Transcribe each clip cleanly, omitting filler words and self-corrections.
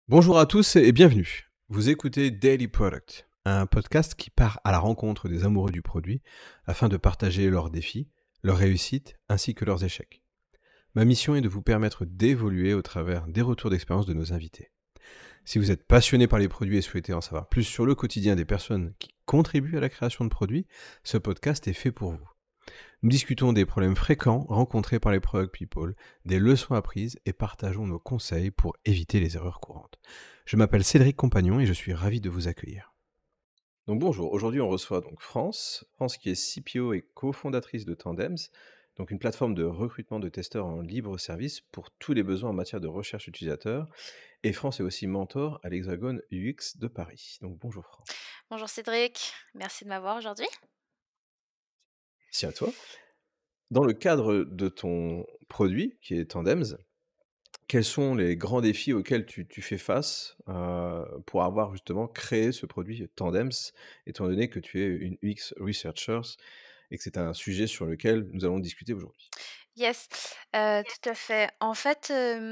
Bonjour à tous et bienvenue. Vous écoutez Daily Product, un podcast qui part à la rencontre des amoureux du produit afin de partager leurs défis, leurs réussites ainsi que leurs échecs. Ma mission est de vous permettre d'évoluer au travers des retours d'expérience de nos invités. Si vous êtes passionné par les produits et souhaitez en savoir plus sur le quotidien des personnes qui contribuent à la création de produits, ce podcast est fait pour vous. Nous discutons des problèmes fréquents rencontrés par les product people, des leçons apprises et partageons nos conseils pour éviter les erreurs courantes. Je m'appelle Cédric Compagnon et je suis ravi de vous accueillir. Donc bonjour, aujourd'hui on reçoit donc France qui est CPO et cofondatrice de Tandems, donc une plateforme de recrutement de testeurs en libre service pour tous les besoins en matière de recherche utilisateur. Et France est aussi mentor à l'Hexagone UX de Paris. Donc bonjour France. Bonjour Cédric, merci de m'avoir aujourd'hui. Merci à toi. Dans le cadre de ton produit qui est Tandems, quels sont les grands défis auxquels tu fais face, pour avoir justement créé ce produit Tandems, étant donné que tu es une UX researcher et que c'est un sujet sur lequel nous allons discuter aujourd'hui? Yes, tout à fait. En fait,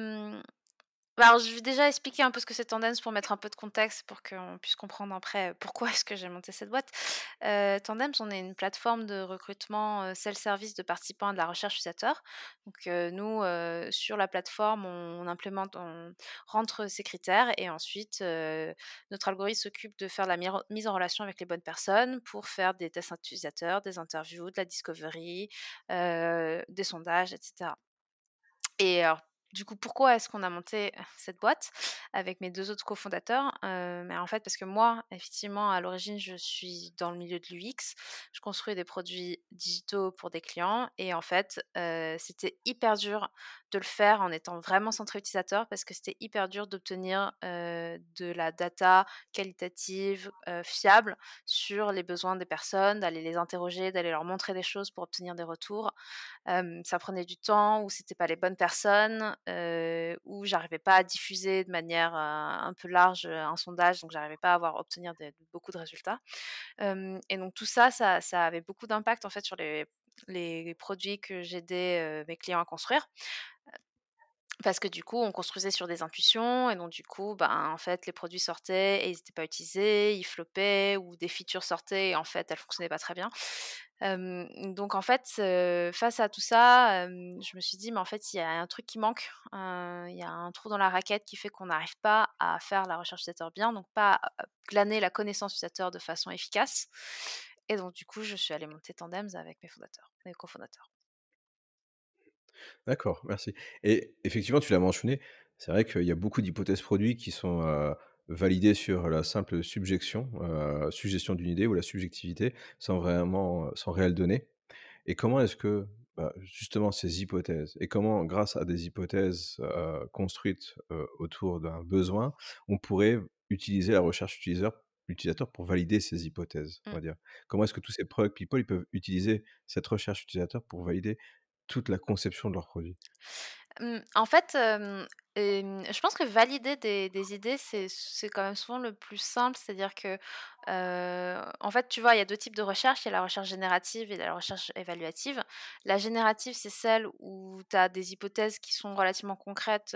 alors je vais déjà expliquer un peu ce que c'est Tandems pour mettre un peu de contexte pour qu'on puisse comprendre après pourquoi est-ce que j'ai monté cette boîte. Tandems, on est une plateforme de recrutement, self-service de participants à de la recherche utilisateur. Donc, nous, sur la plateforme, on rentre ces critères et ensuite, notre algorithme s'occupe de faire la mise en relation avec les bonnes personnes pour faire des tests utilisateurs, des interviews, de la discovery, des sondages et cetera. Et alors, du coup, pourquoi est-ce qu'on a monté cette boîte avec mes 2 autres cofondateurs? Mais en fait, parce que moi, effectivement, à l'origine, je suis dans le milieu de l'UX. Je construis des produits digitaux pour des clients et en fait, c'était hyper dur de le faire en étant vraiment centré utilisateur parce que c'était hyper dur d'obtenir, de la data qualitative, fiable sur les besoins des personnes, d'aller les interroger, d'aller leur montrer des choses pour obtenir des retours. Ça prenait du temps ou c'était pas les bonnes personnes, ou j'arrivais pas à diffuser de manière, un peu large, un sondage, donc j'arrivais pas à obtenir beaucoup de résultats. Et donc tout ça, ça avait beaucoup d'impact en fait sur les produits que j'aidais, mes clients à construire. Parce que du coup, on construisait sur des intuitions et donc du coup, ben, en fait, les produits sortaient et ils étaient pas utilisés, ils floppaient ou des features sortaient et en fait, elles fonctionnaient pas très bien. Donc en fait, face à tout ça, je me suis dit: «Mais en fait, il y a un truc qui manque, il y a un trou dans la raquette qui fait qu'on n'arrive pas à faire la recherche utilisateur bien, donc pas à glaner la connaissance utilisateur de façon efficace» et donc du coup, je suis allée monter Tandems avec mes cofondateurs. D'accord, merci. Et effectivement, tu l'as mentionné, c'est vrai qu'il y a beaucoup d'hypothèses produits qui sont, validées sur la simple suggestion d'une idée ou la subjectivité sans vraiment, sans réelles données. Et comment est-ce que, justement ces hypothèses et comment grâce à des hypothèses, construites, autour d'un besoin, on pourrait utiliser la recherche utilisateur pour valider ces hypothèses, on Mmh. va dire? Comment est-ce que tous ces product people, ils peuvent utiliser cette recherche utilisateur pour valider toute la conception de leur produit? En fait, je pense que valider des idées, c'est quand même souvent le plus simple. C'est-à-dire que, en fait, tu vois, il y a 2 types de recherche. Il y a la recherche générative et la recherche évaluative. La générative, c'est celle où tu as des hypothèses qui sont relativement concrètes,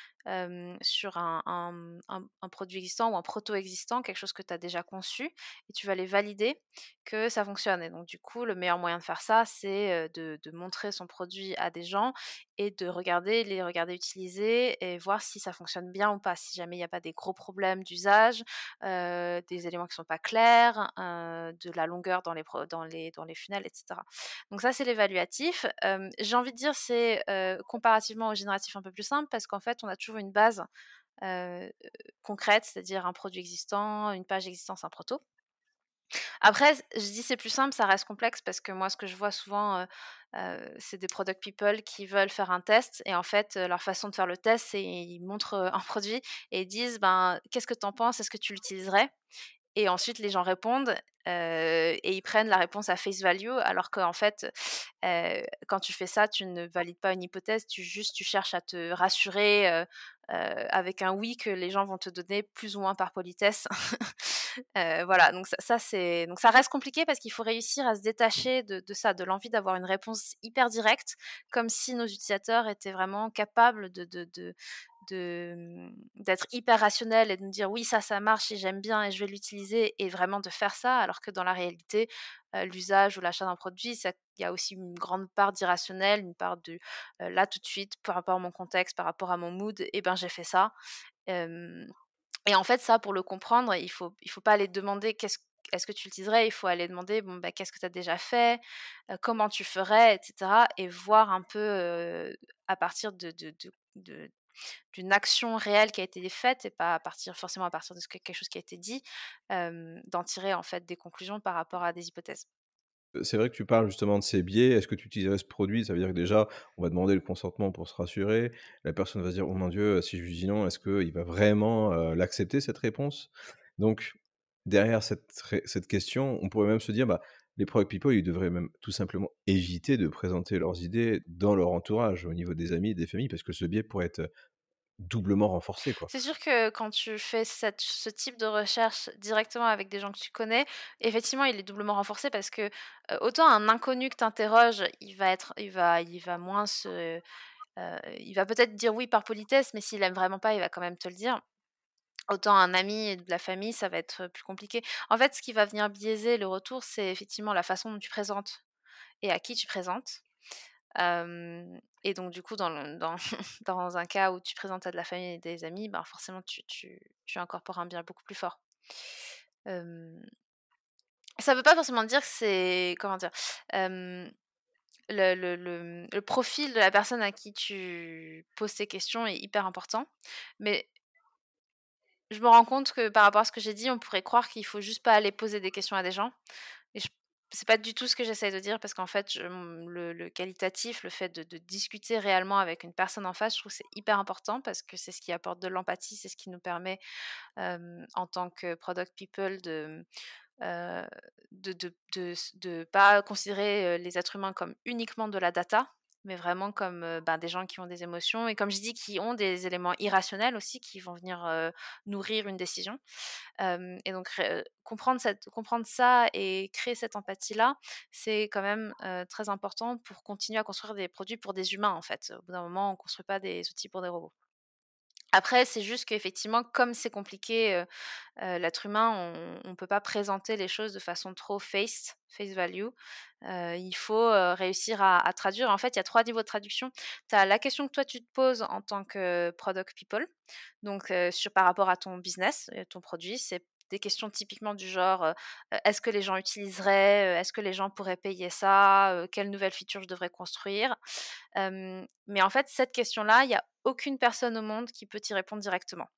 sur un produit existant ou un proto-existant, quelque chose que tu as déjà conçu et tu vas les valider que ça fonctionne et donc du coup, le meilleur moyen de faire ça, c'est, de montrer son produit à des gens et de les regarder utiliser et voir si ça fonctionne bien ou pas. Si jamais il y a pas des gros problèmes d'usage, des éléments qui sont pas clairs, de la longueur dans les funnels et cetera. Donc ça, c'est l'évaluatif. J'ai envie de dire c'est, comparativement au génératif un peu plus simple parce qu'en fait, on a toujours une base, heu, concrète, c'est-à-dire un produit existant, une page existante, un proto. Après, je dis: «C'est plus simple», ça reste complexe parce que moi, ce que je vois souvent, c'est des product people qui veulent faire un test et en fait, leur façon de faire le test, c'est ils montrent, un produit et ils disent: «Ben, qu'est-ce que tu en penses? Est-ce que tu l'utiliserais?» Et ensuite les gens répondent, et ils prennent la réponse à face value alors qu'en fait, quand tu fais ça, tu ne valides pas une hypothèse, tu cherches à te rassurer, avec un oui que les gens vont te donner plus ou moins par politesse. Voilà, donc ça reste compliqué parce qu'il faut réussir à se détacher de ça, de l'envie d'avoir une réponse hyper directe, comme si nos utilisateurs étaient vraiment capables d'être hyper rationnel et de me dire: «Oui, ça marche et j'aime bien et je vais l'utiliser» et vraiment de faire ça. Alors que dans la réalité, l'usage ou l'achat d'un produit, ça il y a aussi une grande part d'irrationnel, une part de, là, tout de suite, par rapport à mon contexte, par rapport à mon mood et ben, j'ai fait ça. Hem Et en fait, ça, pour le comprendre, il faut pas aller demander: «Est-ce que tu l'utiliserais?» Il faut aller demander: «Bon, bah, qu'est-ce que tu as déjà fait? Comment tu ferais?» et cetera et voir un peu, à partir de d'une action réelle qui a été faite et pas à partir de ce que quelque chose qui a été dit, d'en tirer, en fait, des conclusions par rapport à des hypothèses. C'est vrai que tu parles justement de ces biais. Est-ce que tu utiliserais ce produit? Ça veut dire que déjà, on va demander le consentement pour se rassurer. La personne va se dire: «Oh mon Dieu, si je lui dis non, est-ce qu'il va vraiment, l'accepter cette réponse?» Donc derrière cette question, on pourrait même se dire, bah, les product people, ils devraient même tout simplement éviter de présenter leurs idées dans leur entourage, au niveau des amis et des familles, parce que ce biais pourrait être doublement renforcé, quoi. C'est sûr que quand tu fais ce type de recherche directement avec des gens que tu connais, effectivement, il est doublement renforcé parce que, autant un inconnu que tu interroges, il va moins il va peut-être dire oui par politesse, mais s'il aime vraiment pas, il va quand même te le dire. Autant un ami et de la famille, ça va être, plus compliqué. En fait, ce qui va venir biaiser le retour, c'est effectivement la façon dont tu présentes et à qui tu présentes. Et donc du coup, dans un cas où tu présentes à de la famille et des amis, ben, forcément tu incorpores un biais beaucoup plus fort. Hem, Ça veut pas forcément dire que c'est comment dire? Hem, le profil de la personne à qui tu poses ces questions est hyper important, mais je me rends compte que par rapport à ce que j'ai dit, on pourrait croire qu'il faut juste pas aller poser des questions à des gens et c'est pas du tout ce que j'essaie de dire parce qu'en fait, le qualitatif, le fait de discuter réellement avec une personne en face, je trouve que c'est hyper important parce que c'est ce qui apporte de l'empathie, c'est ce qui nous permet, en tant que product people heu, de pas considérer, les êtres humains comme uniquement de la data, mais vraiment comme, ben, des gens qui ont des émotions et comme je dis, qui ont des éléments irrationnels aussi qui vont venir, nourrir une décision. Et donc comprendre ça et créer cette empathie-là, c'est quand même, très important pour continuer à construire des produits pour des humains, en fait. Au bout d'un moment, on construit pas des outils pour des robots. Après, c'est juste qu'effectivement, comme c'est compliqué, l'être humain, on peut pas présenter les choses de façon trop face value. Il faut, réussir à traduire. En fait, il y a 3 niveaux de traduction. Tu as la question que toi tu te poses en tant que product people, donc par rapport à ton business, ton produit. C'est des questions typiquement du genre, «Est-ce que les gens utiliseraient? Est-ce que les gens pourraient payer ça? Quelles nouvelles features je devrais construire?» Mais en fait, cette question-là, il y a aucune personne au monde qui peut t'y répondre directement.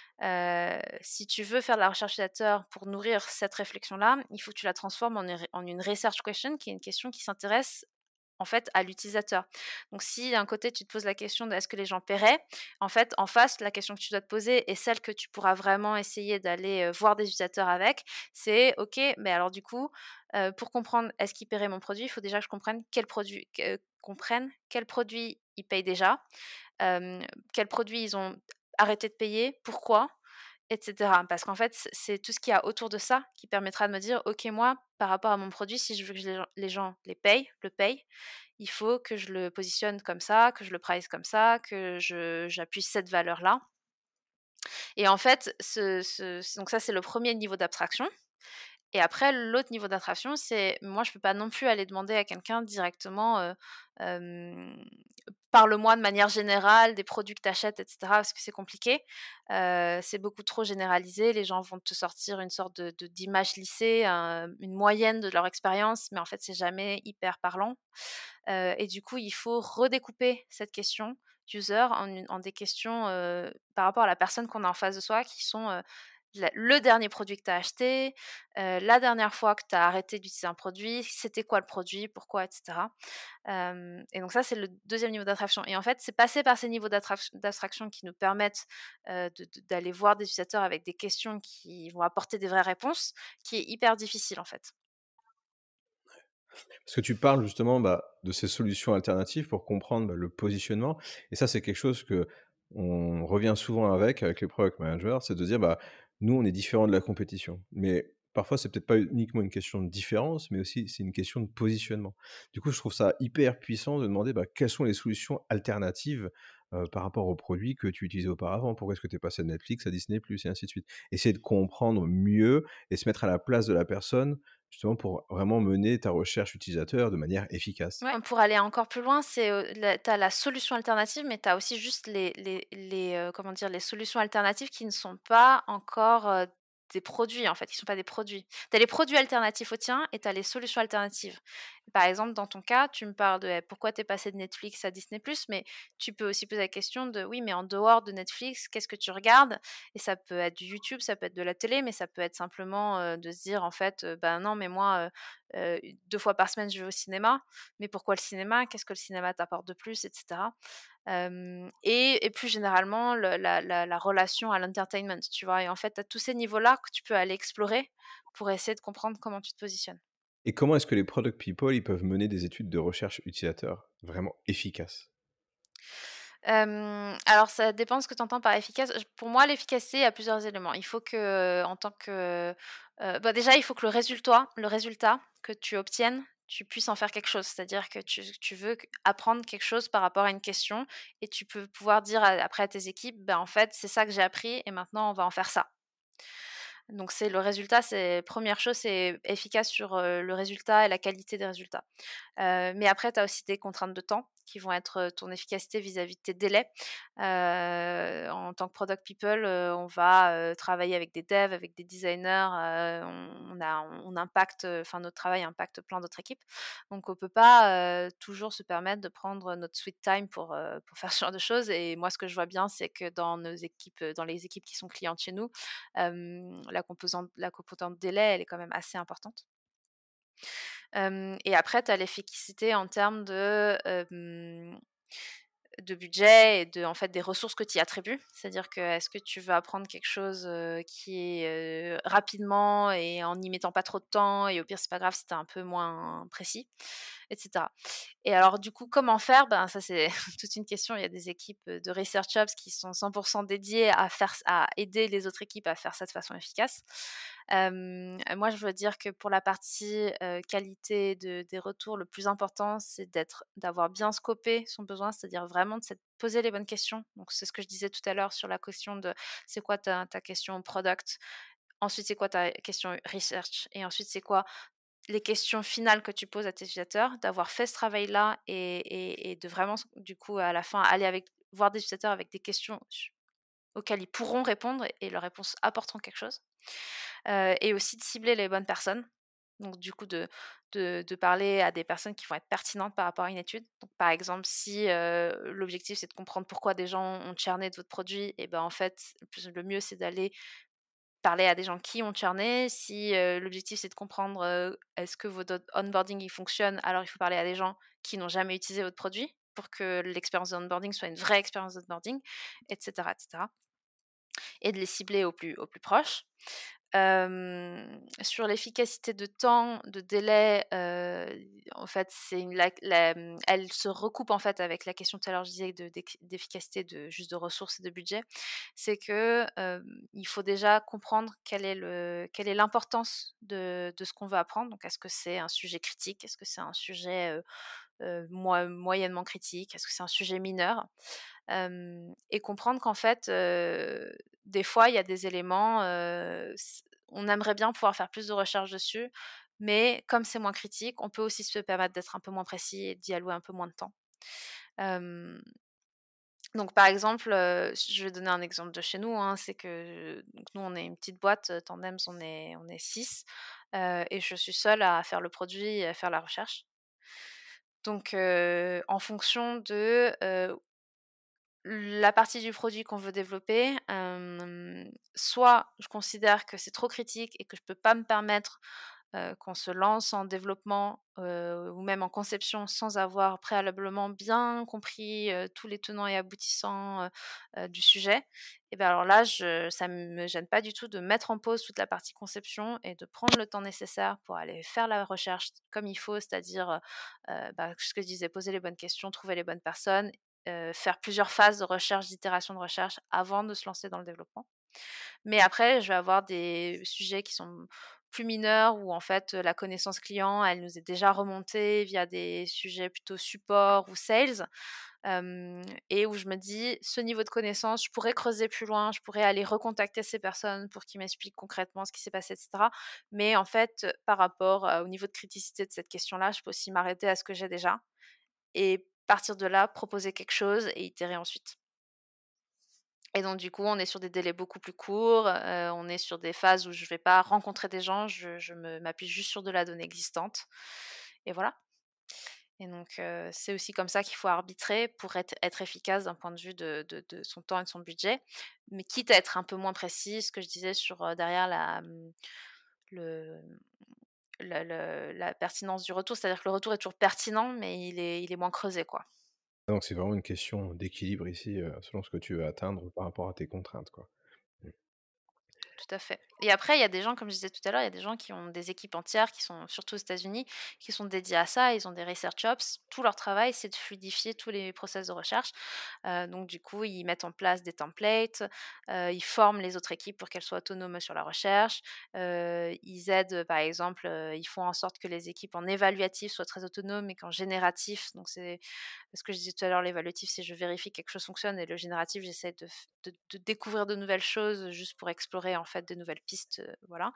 Si tu veux faire de la recherche utilisateur pour nourrir cette réflexion-là, il faut que tu la transformes en une research question, qui est une question qui s'intéresse en fait à l'utilisateur. Donc si d'un côté tu te poses la question de est-ce que les gens paieraient, en fait en face la question que tu dois te poser et celle que tu pourras vraiment essayer d'aller voir des utilisateurs avec, c'est ok, mais alors du coup pour comprendre est-ce qu'ils paieraient mon produit, il faut déjà que je comprenne quel produit ils payent déjà, hem, quels produits ils ont arrêté de payer, pourquoi et cetera. Parce qu'en fait, c'est tout ce qu'il y a autour de ça qui permettra de me dire: «OK, moi, par rapport à mon produit, si je veux que les gens le payent, il faut que je le positionne comme ça, que je le price comme ça, que je j'appuie cette valeur-là» et en fait, donc ça, c'est le premier niveau d'abstraction et après l'autre niveau d'attraction, c'est moi je peux pas non plus aller demander à quelqu'un directement, hem: «Parle-moi de manière générale des produits que tu achètes» et cetera, parce que c'est compliqué. C'est beaucoup trop généralisé. Les gens vont te sortir une sorte d'image lissée, une moyenne de leur expérience, mais en fait, c'est jamais hyper parlant. Et du coup, il faut redécouper cette question user en des questions, par rapport à la personne qu'on a en face de soi qui sont, le dernier produit que tu as acheté, la dernière fois que tu as arrêté d'utiliser un produit, c'était quoi le produit, pourquoi, et cetera. Et donc ça, c'est le deuxième niveau d'attraction et en fait, c'est passer par ces niveaux d'abstraction qui nous permettent, d'aller voir des utilisateurs avec des questions qui vont apporter des vraies réponses, qui est hyper difficile, en fait. Parce que tu parles justement, bah, de ces solutions alternatives pour comprendre, bah, le positionnement et ça, c'est quelque chose que on revient souvent avec les product managers, c'est de dire: «Bah, nous, on est différents de la compétition». Mais parfois, c'est peut-être pas uniquement une question de différence, mais aussi c'est une question de positionnement. Du coup, je trouve ça hyper puissant de demander, bah, quelles sont les solutions alternatives, par rapport aux produits que tu utilisais auparavant? Pourquoi est-ce que tu es passé de Netflix à Disney+ et ainsi de suite? Essayer de comprendre mieux et se mettre à la place de la personne, justement pour vraiment mener ta recherche utilisateur de manière efficace. Ouais. Pour aller encore plus loin, c'est, la tu as la solution alternative, mais tu as aussi juste comment dire? Les solutions alternatives qui ne sont pas encore, des produits, en fait, qui ne sont pas des produits. Tu as les produits alternatifs aux tiens et tu as les solutions alternatives. Par exemple, dans ton cas, tu me parles de, pourquoi tu es passé de Netflix à Disney+, mais tu peux aussi poser la question de: «Oui, mais en dehors de Netflix, qu'est-ce que tu regardes?» Et ça peut être du YouTube, ça peut être de la télé, mais ça peut être simplement, de se dire, en fait, «Ben, non, mais moi, 2 fois par semaine, je vais au cinéma». Mais pourquoi le cinéma? Qu'est-ce que le cinéma t'apporte de plus? Et cetera. Et plus généralement la relation à l'entertainment, tu vois? Et en fait, tu as tous ces niveaux-là que tu peux aller explorer pour essayer de comprendre comment tu te positionnes. Et comment est-ce que les product people, ils peuvent mener des études de recherche utilisateur vraiment efficaces? Alors ça dépend de ce que tu entends par efficace. Pour moi, l'efficacité, il y a plusieurs éléments. Il faut que, en tant que, bah, déjà, il faut que le résultat que tu obtiennes, tu puisses en faire quelque chose. C'est-à-dire que tu veux apprendre quelque chose par rapport à une question et tu peux pouvoir dire après à tes équipes: «Ben, en fait, c'est ça que j'ai appris et maintenant on va en faire ça». Donc c'est le résultat, c'est première chose, c'est efficace sur, le résultat et la qualité des résultats. Mais après, tu as aussi des contraintes de temps qui vont être, ton efficacité vis-à-vis de tes délais. En tant que product people, on va, travailler avec des devs, avec des designers, on impacte, enfin notre travail impacte plein d'autres équipes. Donc on peut pas, toujours se permettre de prendre notre sweet time pour faire ce genre de choses et moi ce que je vois bien, c'est que dans nos équipes, dans les équipes qui sont clientes chez nous, la composante délai, elle est quand même assez importante. Et après tu as l'efficacité en termes de budget et en fait, des ressources que tu y attribues. C'est-à-dire que, est-ce que tu vas apprendre quelque chose, qui est, rapidement et en n'y mettant pas trop de temps et au pire, c'est pas grave si tu un peu moins précis et cetera. Et alors du coup, comment faire? Ben, ça, c'est toute une question. Il y a des équipes, de research ops qui sont 100% dédiées à aider les autres équipes à faire ça de façon efficace. Moi, je veux dire que pour la partie, qualité des retours, le plus important, c'est d'avoir bien scopé son besoin, c'est-à-dire vraiment de s'être poser les bonnes questions. Donc c'est ce que je disais tout à l'heure sur la question de: c'est quoi ta question product? Ensuite, c'est quoi ta question research? Et ensuite, c'est quoi les questions finales que tu poses à tes utilisateurs? D'avoir fait ce travail-là et de vraiment du coup, à la fin, aller voir des utilisateurs avec des questions auxquelles ils pourront répondre et leurs réponses apporteront quelque chose. Et aussi de cibler les bonnes personnes. Donc du coup de parler à des personnes qui vont être pertinentes par rapport à une étude. Donc par exemple si, l'objectif c'est de comprendre pourquoi des gens ont churné de votre produit et ben, en fait, le mieux c'est d'aller parler à des gens qui ont churné. Si, l'objectif c'est de comprendre, est-ce que votre onboarding il fonctionne, alors il faut parler à des gens qui n'ont jamais utilisé votre produit pour que l'expérience d'onboarding soit une vraie expérience d'onboarding et cetera et cetera et de les cibler au plus proche. Sur l'efficacité de temps, de délai, en fait, c'est une elle se recoupe, en fait, avec la question tout à l'heure, je disais d'efficacité juste de ressources et de budget. C'est que, il faut déjà comprendre quelle est l'importance de ce qu'on veut apprendre. Donc est-ce que c'est un sujet critique? Est-ce que c'est un sujet, moyennement critique? Est-ce que c'est un sujet mineur? Et comprendre qu'en fait, des fois, il y a des éléments, on aimerait bien pouvoir faire plus de recherches dessus, mais comme c'est moins critique, on peut aussi se permettre d'être un peu moins précis et d'y allouer un peu moins de temps. Hem, donc par exemple, je vais donner un exemple de chez nous, hein, c'est que donc nous, on est une petite boîte, Tandems, on est 6, et je suis seule à faire le produit et à faire la recherche. Donc en fonction de, la partie du produit qu'on veut développer, soit je considère que c'est trop critique et que je peux pas me permettre, qu'on se lance en développement, ou même en conception sans avoir préalablement bien compris, tous les tenants et aboutissants, du sujet. Et ben alors là, ça me gêne pas du tout de mettre en pause toute la partie conception et de prendre le temps nécessaire pour aller faire la recherche comme il faut, c'est-à-dire, bah, ce que je disais, poser les bonnes questions, trouver les bonnes personnes, faire plusieurs phases de recherche, d'itération de recherche avant de se lancer dans le développement. Mais après, je vais avoir des sujets qui sont plus mineurs où en fait, la connaissance client, elle nous est déjà remontée via des sujets plutôt support ou sales. Et où je me dis: «Ce niveau de connaissance, je pourrais creuser plus loin, je pourrais aller recontacter ces personnes pour qu'ils m'expliquent concrètement ce qui s'est passé et cetera». Mais en fait, par rapport, au niveau de criticité de cette question-là, je peux aussi m'arrêter à ce que j'ai déjà et partir de là, proposer quelque chose et itérer ensuite. Et donc du coup, on est sur des délais beaucoup plus courts, on est sur des phases où je vais pas rencontrer des gens, je m'appuie juste sur de la donnée existante et voilà. Et donc c'est aussi comme ça qu'il faut arbitrer pour être efficace d'un point de vue de son temps et de son budget. Mais quitte à être un peu moins précis, ce que je disais sur, derrière le la pertinence du retour. C'est-à-dire que le retour est toujours pertinent, mais il est moins creusé, quoi. Donc c'est vraiment une question d'équilibre ici, selon ce que tu veux atteindre par rapport à tes contraintes, quoi. Mmh. Tout à fait. Et après, il y a des gens, comme je disais tout à l'heure, il y a des gens qui ont des équipes entières, qui sont surtout aux États-Unis, qui sont dédiées à ça. Ils ont des research ops. Tout leur travail, c'est de fluidifier tous les process de recherche. Donc, du coup, ils mettent en place des templates, ils forment les autres équipes pour qu'elles soient autonomes sur la recherche. Ils aident, par exemple, ils font en sorte que les équipes en évaluatif soient très autonomes et qu'en génératif, donc c'est ce que je disais tout à l'heure, l'évaluatif, c'est je vérifie que quelque chose fonctionne et le génératif, j'essaie de découvrir de nouvelles choses juste pour explorer en fait de nouvelles pistes, voilà.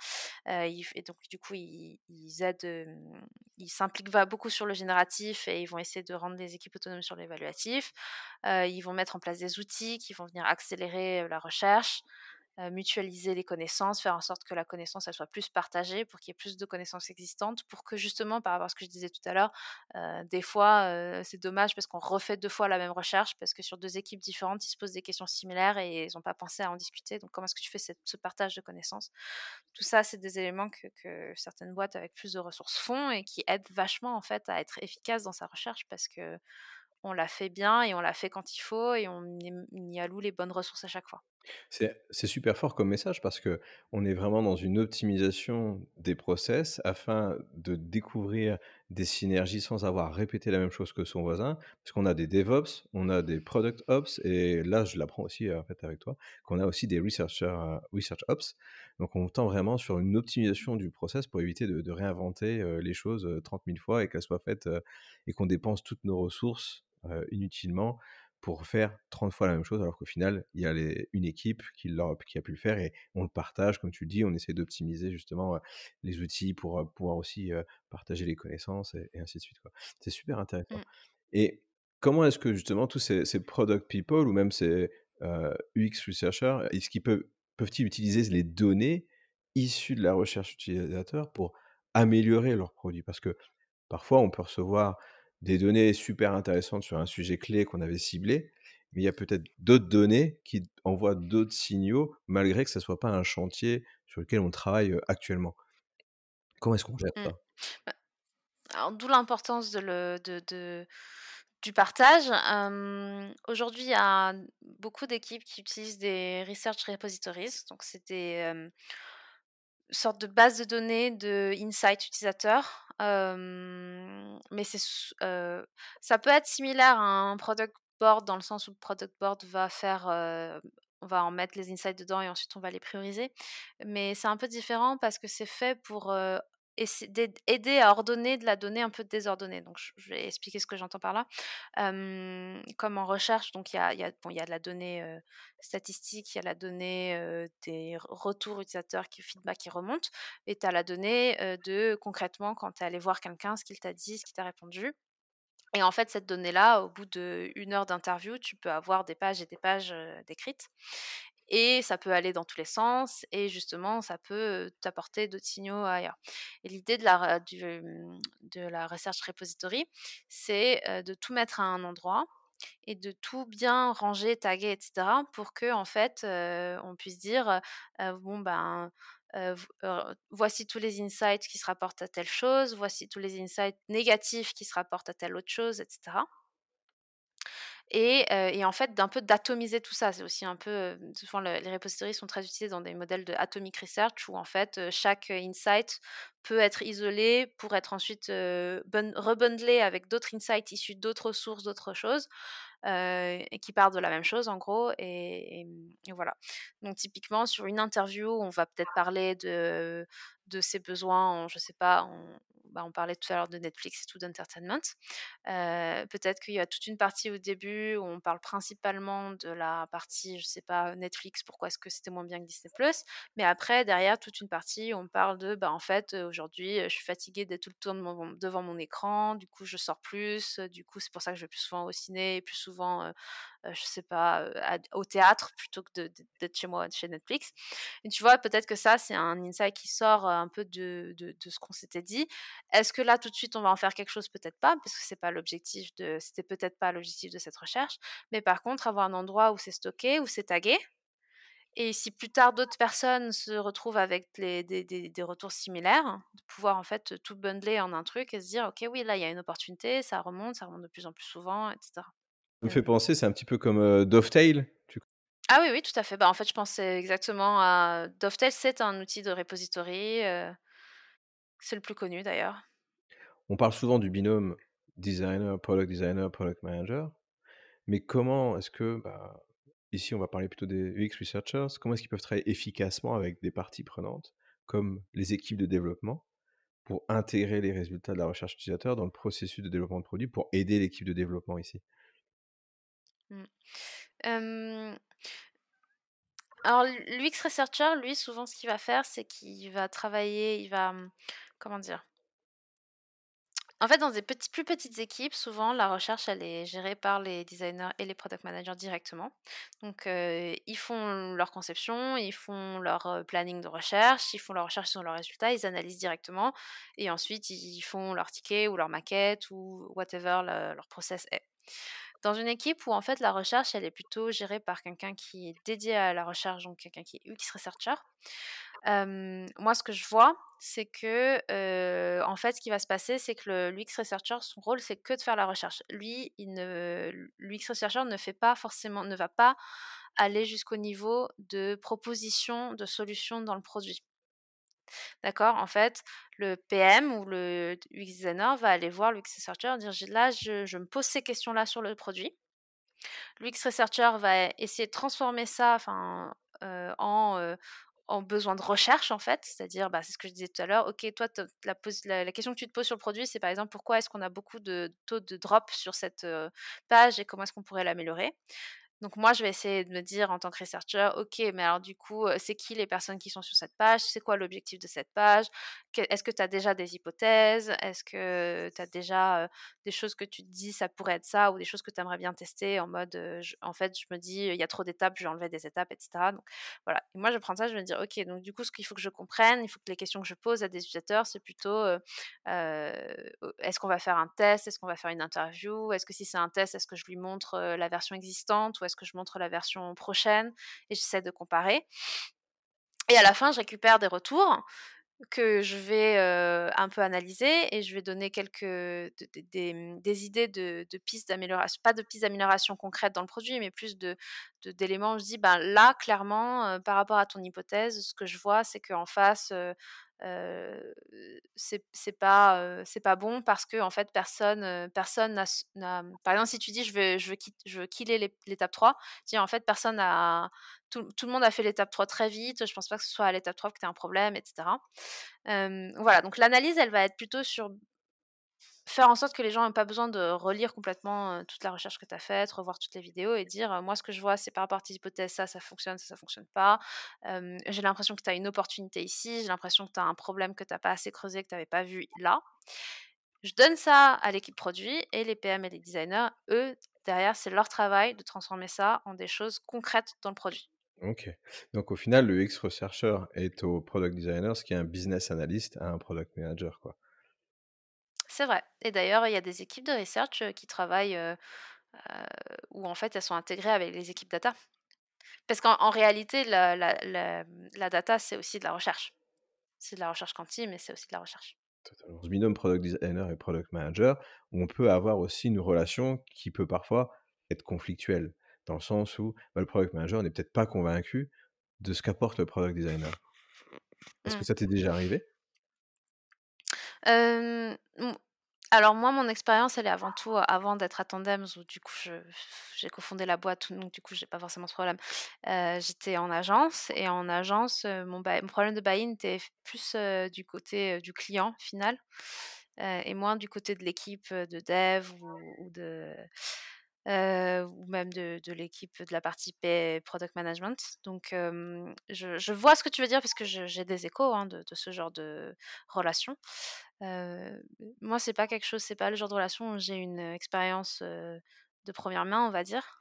Et donc du coup, ils aident, ils s'impliquent beaucoup sur le génératif et ils vont essayer de rendre les équipes autonomes sur l'évaluatif. Ils vont mettre en place des outils qui vont venir accélérer, la recherche, mutualiser les connaissances, faire en sorte que la connaissance, elle soit plus partagée pour qu'il y ait plus de connaissances existantes, pour que justement, par rapport à ce que je disais tout à l'heure, des fois, c'est dommage parce qu'on refait 2 fois la même recherche, parce que sur 2 équipes différentes, ils se posent des questions similaires et ils ont pas pensé à en discuter. Donc comment est-ce que tu fais ce partage de connaissances? Tout ça, c'est des éléments que certaines boîtes avec plus de ressources font et qui aident vachement, en fait, à être efficace dans sa recherche parce que on la fait bien et on la fait quand il faut et on y alloue les bonnes ressources à chaque fois. C'est super fort comme message parce que on est vraiment dans une optimisation des process afin de découvrir des synergies sans avoir répété la même chose que son voisin. Parce qu'on a des DevOps, on a des Product Ops et là, je l'apprends aussi, en fait, avec toi, qu'on a aussi des Research Ops. Donc on tend vraiment sur une optimisation du process pour éviter de réinventer, les choses, 30 000 fois et qu'elles soient faites, et qu'on dépense toutes nos ressources, inutilement pour faire 30 fois la même chose, alors qu'au final, il y a une équipe qui a pu le faire et on le partage, comme tu le dis, on essaie d'optimiser justement les outils pour pouvoir aussi partager les connaissances et ainsi de suite, quoi. C'est super intéressant. Mmh. Et comment est-ce que justement tous ces product people ou même ces UX researchers, est-ce qu'ils peuvent-ils utiliser les données issues de la recherche utilisateur pour améliorer leurs produits? Parce que parfois, on peut recevoir des données super intéressantes sur un sujet clé qu'on avait ciblé, mais il y a peut-être d'autres données qui envoient d'autres signaux, malgré que ça soit pas un chantier sur lequel on travaille, actuellement. Comment est-ce qu'on gère Mmh. ça? Bah, alors d'où l'importance du partage. Aujourd'hui, il y a beaucoup d'équipes qui utilisent des research repositories, donc c'est des, sortes de bases de données de insights utilisateurs, mais ça peut être similaire à un product board dans le sens où le product board va faire, on va en mettre les insights dedans et ensuite on va les prioriser. Mais c'est un peu différent parce que c'est fait pour, aider à ordonner de la donnée un peu désordonnée. Donc je vais expliquer ce que j'entends par là. Comme en recherche, donc il y a de la donnée, statistique, il y a la donnée, des retours utilisateurs feedback qui remonte et tu as la donnée, de concrètement quand tu es allé voir quelqu'un, ce qu'il t'a dit, ce qu'il t'a répondu et en fait, cette donnée-là, au bout d'1 heure d'interview, tu peux avoir des pages et des pages, d'écrites et ça peut aller dans tous les sens et justement, ça peut, t'apporter d'autres signaux ailleurs et l'idée de la research repository, c'est, de tout mettre à un endroit et de tout bien ranger, taguer et cetera pour que en fait, on puisse dire, «Bon ben, voici tous les insights qui se rapportent à telle chose, voici tous les insights négatifs qui se rapportent à telle autre chose» et cetera et en fait d'un peu d'atomiser tout ça. C'est aussi un peu, souvent les repositories sont très utilisés dans des modèles de atomic research où en fait, chaque insight peut être isolé pour être ensuite, rebundlé avec d'autres insights issus d'autres sources, d'autres choses, et qui partent de la même chose en gros et voilà. Donc typiquement sur une interview, on va peut-être parler de ses besoins en je sais pas, on parlait tout à l'heure de Netflix et tout d'entertainment. Peut-être qu'il y a toute une partie au début où on parle principalement de la partie, je sais pas, Netflix, pourquoi est-ce que c'était moins bien que Disney+. Mais après, derrière, toute une partie où on parle de, bah, en fait, aujourd'hui, je suis fatiguée d'être tout le temps devant mon écran, du coup, je sors plus, du coup, c'est pour ça que je vais plus souvent au ciné et plus souvent, je sais pas, au théâtre plutôt que d'être chez moi, chez Netflix. Et tu vois, peut-être que ça, c'est un insight qui sort un peu de ce qu'on s'était dit. Est-ce que là, tout de suite, on va en faire quelque chose? Peut-être pas, parce que c'était peut-être pas l'objectif de cette recherche. Mais par contre, avoir un endroit où c'est stocké, où c'est tagué, et si plus tard d'autres personnes se retrouvent avec des retours similaires, de pouvoir en fait tout bundler en un truc et se dire: «OK, oui, là, il y a une opportunité, ça remonte de plus en plus souvent», et cetera. Ça me fait penser, c'est un petit peu comme, Dovetail, Ah oui, oui, tout à fait. Bah, en fait, je pensais exactement à Dovetail, c'est un outil de repository, c'est le plus connu d'ailleurs. on parle souvent du binôme designer, product manager, mais comment est-ce que, bah, ici on va parler plutôt des UX researchers, comment est-ce qu'ils peuvent travailler efficacement avec des parties prenantes, comme les équipes de développement, pour intégrer les résultats de la recherche utilisateur dans le processus de développement de produits, pour aider l'équipe de développement ici? Mmh. Hem, alors l'UX researcher, lui, souvent, ce qu'il va faire, c'est qu'il va travailler, comment dire? En fait, dans des plus petites équipes, souvent, la recherche, elle est gérée par les designers et les product managers directement. Donc, ils font leur conception, ils font leur, planning de recherche, ils font leur recherche sur leurs résultats, ils analysent directement et ensuite ils font leur ticket ou leur maquette ou whatever leur process est. Dans une équipe où, en fait, la recherche, elle est plutôt gérée par quelqu'un qui est dédié à la recherche, donc quelqu'un qui est UX researcher, moi, ce que je vois, c'est que, en fait, ce qui va se passer, c'est que le l'UX researcher, son rôle, c'est que de faire la recherche. Lui, l'UX researcher ne va pas aller jusqu'au niveau de proposition de solutions dans le produit. D'accord? En fait, le PM ou le UX designer va aller voir l'UX researcher et dire: je me pose ces questions-là sur le produit». L'UX researcher va essayer de transformer ça, enfin, en besoin de recherche, en fait. C'est-à-dire, bah, c'est ce que je disais tout à l'heure. OK, toi, te la question que tu te poses sur le produit, c'est par exemple: «Pourquoi est-ce qu'on a beaucoup de taux de drop sur cette, page et comment est-ce qu'on pourrait l'améliorer?» Donc moi, je vais essayer de me dire en tant que researcher: «OK, mais alors du coup, c'est qui les personnes qui sont sur cette page? C'est quoi l'objectif de cette page? Est-ce que tu as déjà des hypothèses? Est-ce que tu as déjà, des choses que tu te dis: "Ça pourrait être ça" ou des choses que tu aimerais bien tester en mode, j en fait, je me dis: «Il y a trop d'étapes, je vais enlever des étapes» et cetera. Donc voilà, et moi je vais prendre ça, je vais me dire: «OK, donc du coup, ce qu'il faut que je comprenne, il faut que les questions que je pose à des utilisateurs, c'est plutôt, est-ce qu'on va faire un test? Est-ce qu'on va faire une interview? Est-ce que si c'est un test, est-ce que je lui montre, la version existante ou est-ce que je montre la version prochaine?» Et j'essaie de comparer et à la fin, je récupère des retours que je vais, un peu analyser et je vais donner quelques des idées de pistes d'amélioration, pas de pistes d'amélioration concrètes dans le produit, mais plus d'éléments où je dis: «Ben, là, clairement, par rapport à ton hypothèse, ce que je vois, c'est qu'en face, heu, c'est pas bon parce qu'en fait personne par exemple, si tu dis: Je veux killer l'étape 3», je dis: «En fait, personne a tout le monde a fait l'étape 3 très vite, je pense pas que ce soit à l'étape 3 que tu as un problème» et cetera. Voilà, donc l'analyse, elle va être plutôt sur faire en sorte que les gens n'ont pas besoin de relire complètement, toute la recherche que tu as faite, revoir toutes les vidéos et dire: «Moi, ce que je vois, c'est par rapport à tes hypothèses, ça fonctionne, ça fonctionne pas. J'ai l'impression que tu as une opportunité ici, j'ai l'impression que tu as un problème que tu as pas assez creusé, que tu avais pas vu là». Je donne ça à l'équipe produit et les PM et les designers, eux, derrière, c'est leur travail de transformer ça en des choses concrètes dans le produit. OK. Donc au final, le UX researcher est au product designer ce qui est un business analyst à un product manager, quoi. C'est vrai, et d'ailleurs, il y a des équipes de research, qui travaillent, où en fait, elles sont intégrées avec les équipes data. Parce qu'en réalité, la data, c'est aussi de la recherche. C'est de la recherche quanti, mais c'est aussi de la recherche. Totalement. Ce binôme product designer et product manager, on peut avoir aussi une relation qui peut parfois être conflictuel, dans le sens où, bah, le product manager n'est peut-être pas convaincu de ce qu'apporte le product designer. Est-ce que Mmh. ça t'est déjà arrivé? Mmh, alors moi, mon expérience, elle est avant tout avant d'être à Tandems où du coup j'ai cofondé la boîte, donc du coup j'ai pas forcément ce problème. J'étais en agence et en agence, mon problème de buy-in était plus, du côté, du client final, et moins du côté de l'équipe, de dev ou même de l'équipe de la partie product management. Donc je vois ce que tu veux dire parce que j'ai des échos, hein, de ce genre de relation. Heu, Moi, c'est pas le genre de relation où j'ai une expérience, de première main, on va dire.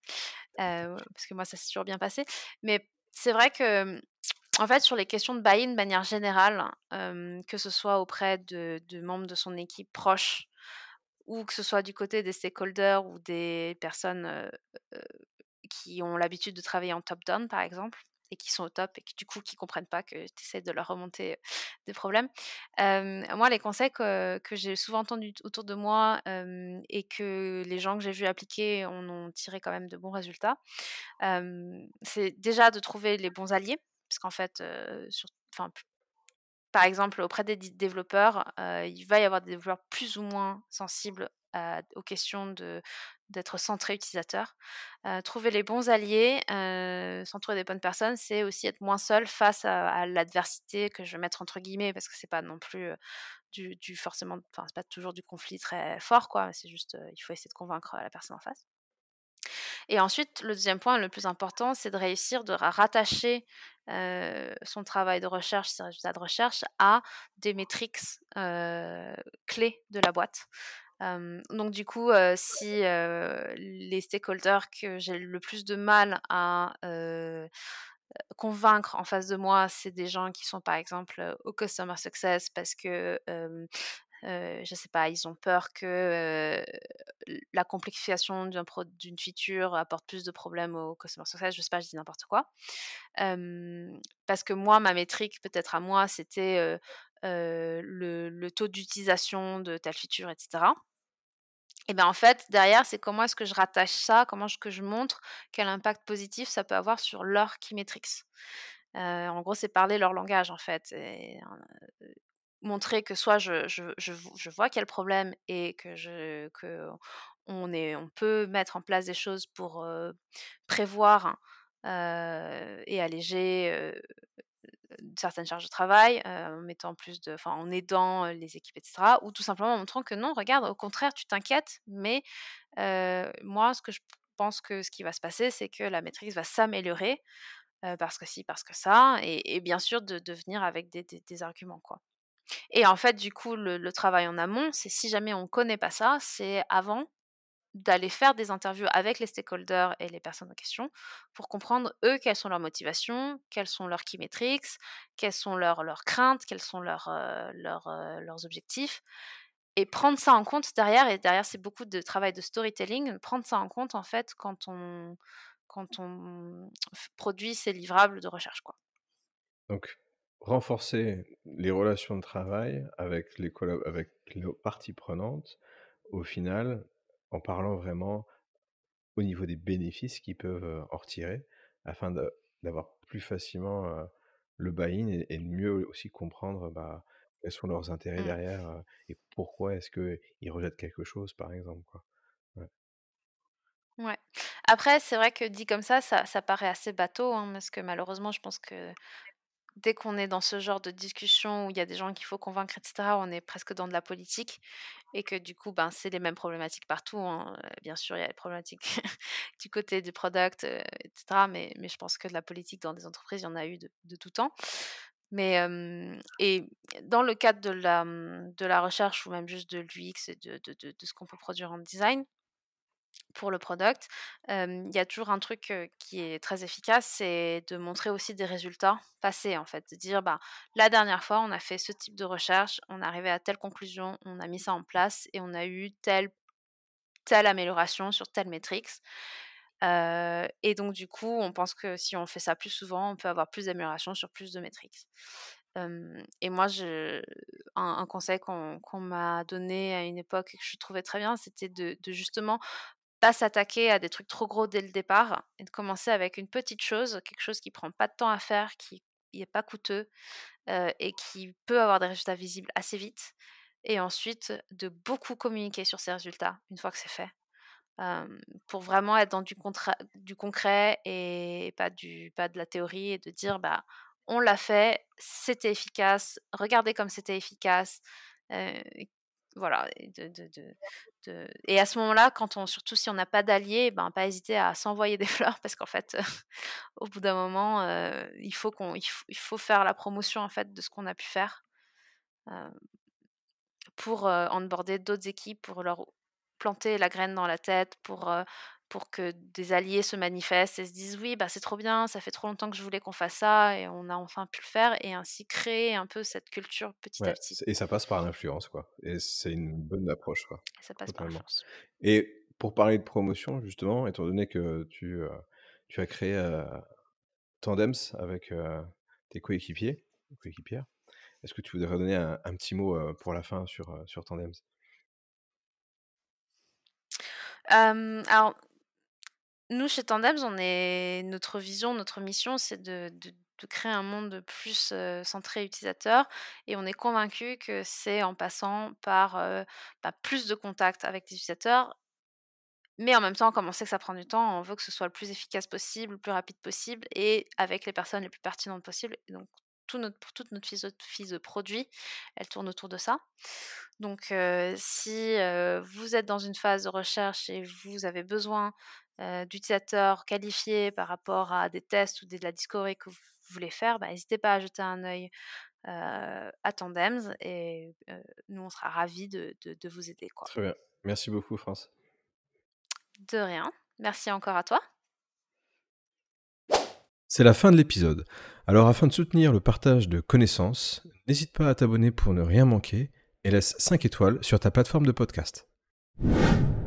Parce que moi, ça s'est toujours bien passé. Mais c'est vrai que, en fait, sur les questions de buy-in de manière générale, que ce soit auprès de membres de son équipe proche ou que ce soit du côté des stakeholders ou des personnes, heu, qui ont l'habitude de travailler en top-down, par exemple, et qui sont au top et qui, du coup, qui comprennent pas que tu essaies de leur remonter, des problèmes. Moi, les conseils que j'ai souvent entendus autour de moi, et que les gens que j'ai vus appliquer en ont tiré quand même de bons résultats, c'est déjà de trouver les bons alliés. Parce qu'en fait, enfin, par exemple, auprès des développeurs, il va y avoir des développeurs plus ou moins sensibles aux questions d'être centrés utilisateurs. Trouver les bons alliés, s'entourer des bonnes personnes, c'est aussi être moins seul face à «l'adversité» que je vais mettre entre guillemets, parce que c'est pas non plus, du forcément, enfin, c'est pas toujours du conflit très fort, quoi. C'est juste, il faut essayer de convaincre, la personne en face. Et ensuite, le deuxième point, le plus important, c'est de réussir de rattacher, son travail de recherche, ses résultats de recherche à des métriques, clés de la boîte. Donc du coup, si, les stakeholders que j'ai le plus de mal à, convaincre en face de moi, c'est des gens qui sont, par exemple, au customer success parce que, je sais pas, ils ont peur que, la complexification d'une feature apporte plus de problèmes au customer success, je sais pas, je dis n'importe quoi. Parce que moi, ma métrique peut-être à moi, c'était, le taux d'utilisation de telle feature et cetera. Et ben, en fait, derrière, c'est comment est-ce que je rattache ça, que je montre quel impact positif ça peut avoir sur leur key metrics. En gros, c'est parler leur langage, en fait, et montrer que soit je vois qu'il y a le problème et on peut mettre en place des choses pour, prévoir, et alléger, certaines charges de travail, en mettant en aidant, les équipes et cetera, ou tout simplement en montrant que non, regarde, au contraire, tu t'inquiètes, mais moi, ce que je pense que ce qui va se passer, c'est que la maîtrise va s'améliorer, parce que ci, parce que ça, et bien sûr de venir avec des arguments, quoi. Et en fait, du coup, le travail en amont, c'est si jamais on connaît pas ça, c'est avant d'aller faire des interviews avec les stakeholders et les personnes en question pour comprendre, eux, quelles sont leurs motivations, quels sont leurs key metrics, quelles sont leurs craintes, quels sont leurs objectifs, et prendre ça en compte derrière. Et derrière, c'est beaucoup de travail de storytelling, prendre ça en compte, en fait, quand on produit ces livrables de recherche, quoi. Donc, renforcer les relations de travail avec avec les parties prenantes, au final, en parlant vraiment au niveau des bénéfices qu'ils peuvent, en retirer, afin d'avoir plus facilement, le buy-in et de mieux aussi comprendre, bah, quels sont leurs intérêts Mmh. derrière, et pourquoi est-ce qu'ils rejettent quelque chose, par exemple, quoi. Ouais. Ouais. Après, c'est vrai que dit comme ça paraît assez bateau, hein, parce que malheureusement, je pense que dès qu'on est dans ce genre de discussion où il y a des gens qu'il faut convaincre et cetera, on est presque dans de la politique, et que du coup, ben, c'est les mêmes problématiques partout, hein. Bien sûr, il y a les problématiques du côté du product, et cetera, mais je pense que de la politique dans des entreprises, il y en a eu de tout temps. Mais, et dans le cadre de la recherche ou même juste de l'UX et de ce qu'on peut produire en design, pour le product, il y a toujours un truc, qui est très efficace, c'est de montrer aussi des résultats passés, en fait. De dire: «Bah, la dernière fois, on a fait ce type de recherche, on est arrivé à telle conclusion, on a mis ça en place et on a eu telle amélioration sur telle métrique». Et donc du coup, on pense que si on fait ça plus souvent, on peut avoir plus d'améliorations sur plus de métriques. Et moi, un conseil qu'on m'a donné à une époque et que je trouvais très bien, c'était de justement pas s'attaquer à des trucs trop gros dès le départ et de commencer avec une petite chose, quelque chose qui prend pas de temps à faire, qui est pas coûteux, et qui peut avoir des résultats visibles assez vite et ensuite de beaucoup communiquer sur ces résultats une fois que c'est fait. Pour vraiment être dans du concret et pas de la théorie et de dire: «Bah, on l'a fait, c'était efficace, regardez comme c'était efficace», heu, voilà et et à ce moment-là, quand on surtout si on n'a pas d'alliés, ben, pas hésiter à s'envoyer des fleurs parce qu'en fait, au bout d'un moment, il faut faire la promotion, en fait, de ce qu'on a pu faire, heu, pour, onboarder d'autres équipes, pour leur planter la graine dans la tête, pour que des alliés se manifestent et se disent: «Oui, bah, c'est trop bien, ça fait trop longtemps que je voulais qu'on fasse ça et on a enfin pu le faire» et ainsi créer un peu cette culture petit à Ouais, petit. et ça passe par l'influence, quoi, et c'est une bonne approche, quoi, Et ça passe par totalement. l'influence. Et pour parler de promotion, justement, étant donné que tu as créé, Tandems avec, tes coéquipières, est-ce que tu voudrais donner un petit mot, pour la fin sur Tandems? Alors nous, chez Tandems, notre vision, notre mission, c'est de créer un monde plus, centré utilisateur et on est convaincu que c'est en passant par, plus de contacts avec les utilisateurs, mais en même temps, comme on sait que ça prend du temps, on veut que ce soit le plus efficace possible, le plus rapide possible et avec les personnes les plus pertinentes possibles et donc toute notre philosophie de produit, elle tourne autour de ça. Donc si, vous êtes dans une phase de recherche et vous avez besoin, d'utilisateurs qualifiés par rapport à des tests ou de la discovery que vous voulez faire, bah, n'hésitez pas à jeter un œil, à Tandems et nous on sera ravis de vous aider, quoi. Très bien. Merci beaucoup, France. De rien. Merci encore à toi. C'est la fin de l'épisode. Alors afin de soutenir le partage de connaissances, n'hésite pas à t'abonner pour ne rien manquer et laisse 5 étoiles sur ta plateforme de podcast.